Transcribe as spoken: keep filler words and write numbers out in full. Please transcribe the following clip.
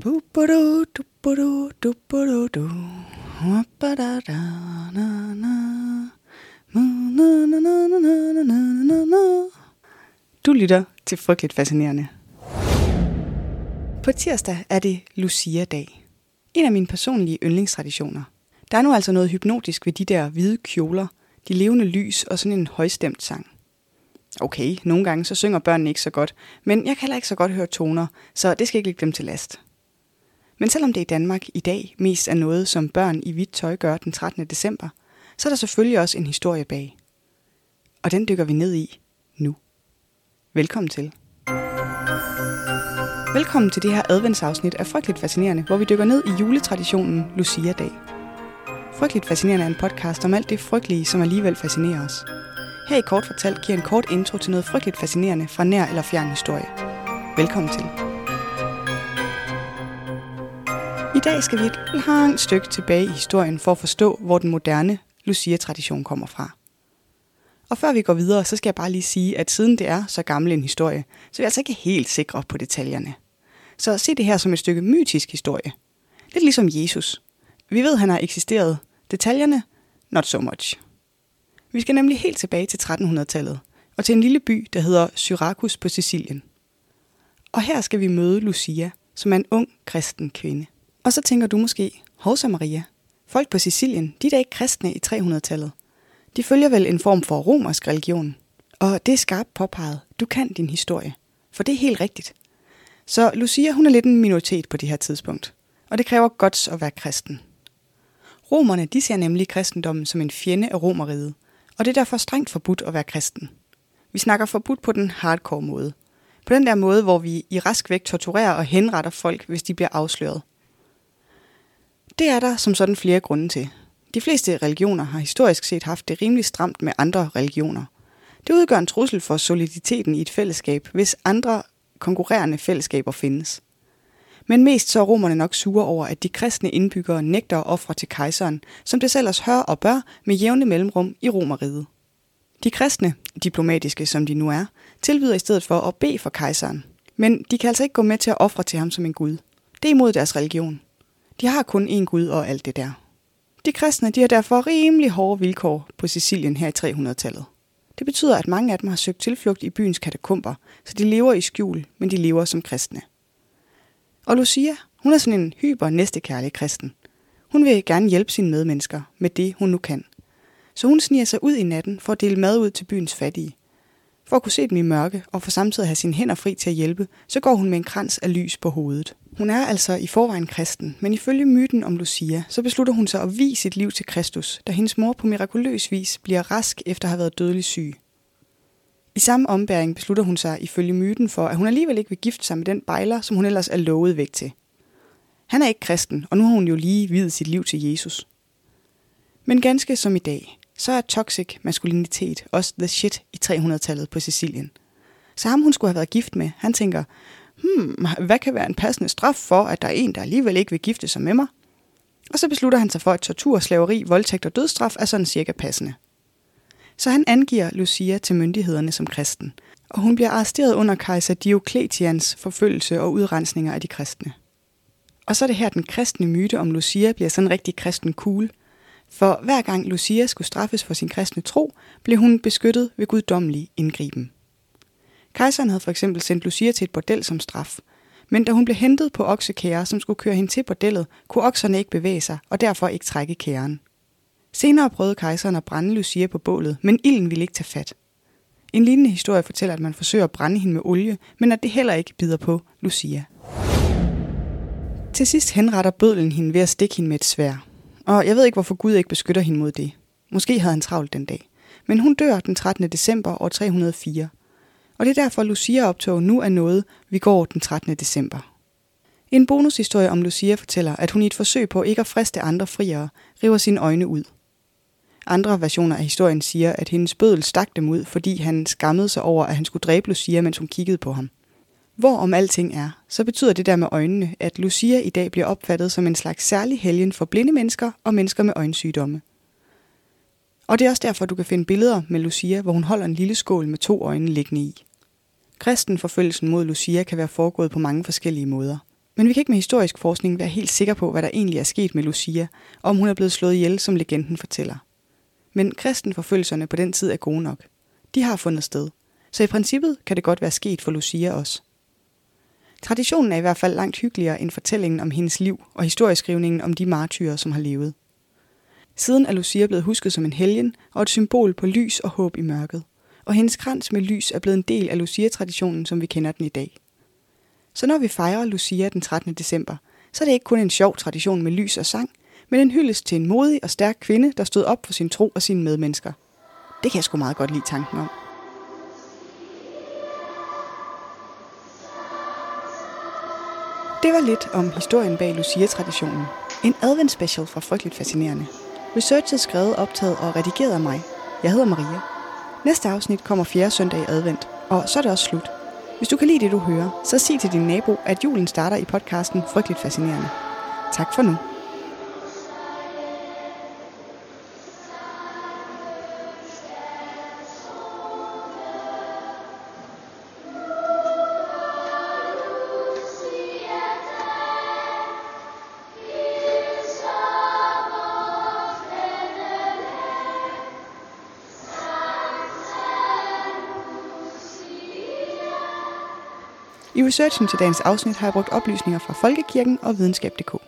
Du-ba-du, du-ba-du, du-ba-du-du. Wa-ba-da-da, na-na. Na-na-na-na-na-na-na-na. Du lytter til Frygteligt Fascinerende. På tirsdag er det Lucia-dag. En af mine personlige yndlingstraditioner. Der er nu altså noget hypnotisk ved de der hvide kjoler, de levende lys og sådan en højstemt sang. Okay, nogle gange så synger børnene ikke så godt, men jeg kan heller ikke så godt høre toner, så det skal ikke ligge dem til last. Men selvom det i Danmark i dag mest er noget, som børn i hvidt tøj gør den trettende december, så er der selvfølgelig også en historie bag. Og den dykker vi ned i nu. Velkommen til. Velkommen til det her adventsafsnit af Frygteligt Fascinerende, hvor vi dykker ned i juletraditionen Lucia-dag. Frygteligt Fascinerende er en podcast om alt det frygtelige, som alligevel fascinerer os. Her i Kort Fortalt giver en kort intro til noget frygteligt fascinerende fra nær eller fjern historie. Velkommen til. I dag skal vi et langt stykke tilbage i historien for at forstå, hvor den moderne Lucia-tradition kommer fra. Og før vi går videre, så skal jeg bare lige sige, at siden det er så gammel en historie, så er vi altså ikke helt sikre på detaljerne. Så se det her som et stykke mytisk historie. Lidt ligesom Jesus. Vi ved, han har eksisteret. Detaljerne, not so much. Vi skal nemlig helt tilbage til trettenhundredetallet, og til en lille by, der hedder Syrakus på Sicilien. Og her skal vi møde Lucia, som er en ung kristen kvinde. Og så tænker du måske, hovsa Maria, folk på Sicilien, de er da ikke kristne i trehundredetallet. De følger vel en form for romersk religion. Og det er skarpt påpeget, du kan din historie, for det er helt rigtigt. Så Lucia, hun er lidt en minoritet på det her tidspunkt, og det kræver godt at være kristen. Romerne, de ser nemlig kristendommen som en fjende af Romerriget, og det er derfor strengt forbudt at være kristen. Vi snakker forbudt på den hardcore måde. På den der måde, hvor vi i rask vægt torturerer og henretter folk, hvis de bliver afsløret. Det er der som sådan flere grunde til. De fleste religioner har historisk set haft det rimelig stramt med andre religioner. Det udgør en trussel for soliditeten i et fællesskab, hvis andre konkurrerende fællesskaber findes. Men mest så er romerne nok sure over, at de kristne indbyggere nægter at ofre til kejseren, som det ellers hør og bør med jævne mellemrum i Romerriget. De kristne, diplomatiske som de nu er, tilbyder i stedet for at bede for kejseren. Men de kan altså ikke gå med til at ofre til ham som en gud. Det er imod deres religion. De har kun én gud og alt det der. De kristne, de har derfor rimelig hårde vilkår på Sicilien her i trehundredetallet. Det betyder, at mange af dem har søgt tilflugt i byens katakomber, så de lever i skjul, men de lever som kristne. Og Lucia, hun er sådan en hyper næstekærlig kristen. Hun vil gerne hjælpe sine medmennesker med det, hun nu kan. Så hun sniger sig ud i natten for at dele mad ud til byens fattige. For at kunne se dem i mørke og for samtidig at have sine hænder fri til at hjælpe, så går hun med en krans af lys på hovedet. Hun er altså i forvejen kristen, men ifølge myten om Lucia, så beslutter hun sig at vie sit liv til Kristus, da hendes mor på mirakuløs vis bliver rask efter at have været dødelig syg. I samme ombæring beslutter hun sig ifølge myten for, at hun alligevel ikke vil gifte sig med den bejler, som hun ellers er lovet væk til. Han er ikke kristen, og nu har hun jo lige viet sit liv til Jesus. Men ganske som i dag, så er toxic maskulinitet også the shit i trehundredetallet på Sicilien. Så ham hun skulle have været gift med, han tænker, hmm, hvad kan være en passende straf for, at der er en, der alligevel ikke vil gifte sig med mig? Og så beslutter han sig for, at tortur, slaveri, voldtægt og dødsstraf er sådan cirka passende. Så han angiver Lucia til myndighederne som kristen, og hun bliver arresteret under kejser Diokletians forfølgelse og udrensninger af de kristne. Og så er det her, den kristne myte om Lucia bliver sådan en rigtig kristen cool, for hver gang Lucia skulle straffes for sin kristne tro, blev hun beskyttet ved guddommelig indgriben. Kejseren havde for eksempel sendt Lucia til et bordel som straf, men da hun blev hentet på oksekære, som skulle køre hende til bordellet, kunne okserne ikke bevæge sig og derfor ikke trække kæren. Senere prøvede kejseren at brænde Lucia på bålet, men ilden ville ikke tage fat. En lignende historie fortæller, at man forsøger at brænde hende med olie, men at det heller ikke bider på Lucia. Til sidst henretter bødlen hende ved at stikke hende med et sværd. Og jeg ved ikke, hvorfor Gud ikke beskytter hende mod det. Måske havde han travlt den dag. Men hun dør den trettende december år tre hundrede og fire. Og det er derfor, Lucia-optog nu er noget, vi går den trettende december. En bonushistorie om Lucia fortæller, at hun i et forsøg på ikke at friste andre friere, river sine øjne ud. Andre versioner af historien siger, at hendes bøddel stak dem ud, fordi han skammede sig over, at han skulle dræbe Lucia, mens hun kiggede på ham. Hvor om alting er, så betyder det der med øjnene, at Lucia i dag bliver opfattet som en slags særlig helgen for blinde mennesker og mennesker med øjensygdomme. Og det er også derfor, du kan finde billeder med Lucia, hvor hun holder en lille skål med to øjne liggende i. Kristenforfølgelsen mod Lucia kan være foregået på mange forskellige måder. Men vi kan ikke med historisk forskning være helt sikre på, hvad der egentlig er sket med Lucia, og om hun er blevet slået ihjel, som legenden fortæller. Men kristenforfølgelserne på den tid er gode nok. De har fundet sted, så i princippet kan det godt være sket for Lucia også. Traditionen er i hvert fald langt hyggeligere end fortællingen om hendes liv og historieskrivningen om de martyrer, som har levet. Siden er Lucia blevet husket som en helgen og et symbol på lys og håb i mørket, og hendes krans med lys er blevet en del af Lucia-traditionen, som vi kender den i dag. Så når vi fejrer Lucia den trettende december, så er det ikke kun en sjov tradition med lys og sang, men en hyldest til en modig og stærk kvinde, der stod op for sin tro og sine medmennesker. Det kan jeg sgu meget godt lide tanken om. Det var lidt om historien bag Lucia-traditionen. En adventsspecial fra Frygteligt Fascinerende. Researchet, skrevet, optaget og redigeret af mig. Jeg hedder Maria. Næste afsnit kommer fjerde søndag i advent, og så er det også slut. Hvis du kan lide det, du hører, så sig til din nabo, at julen starter i podcasten Frygteligt Fascinerende. Tak for nu. I researchen til dagens afsnit har jeg brugt oplysninger fra Folkekirken og videnskab punktum d k.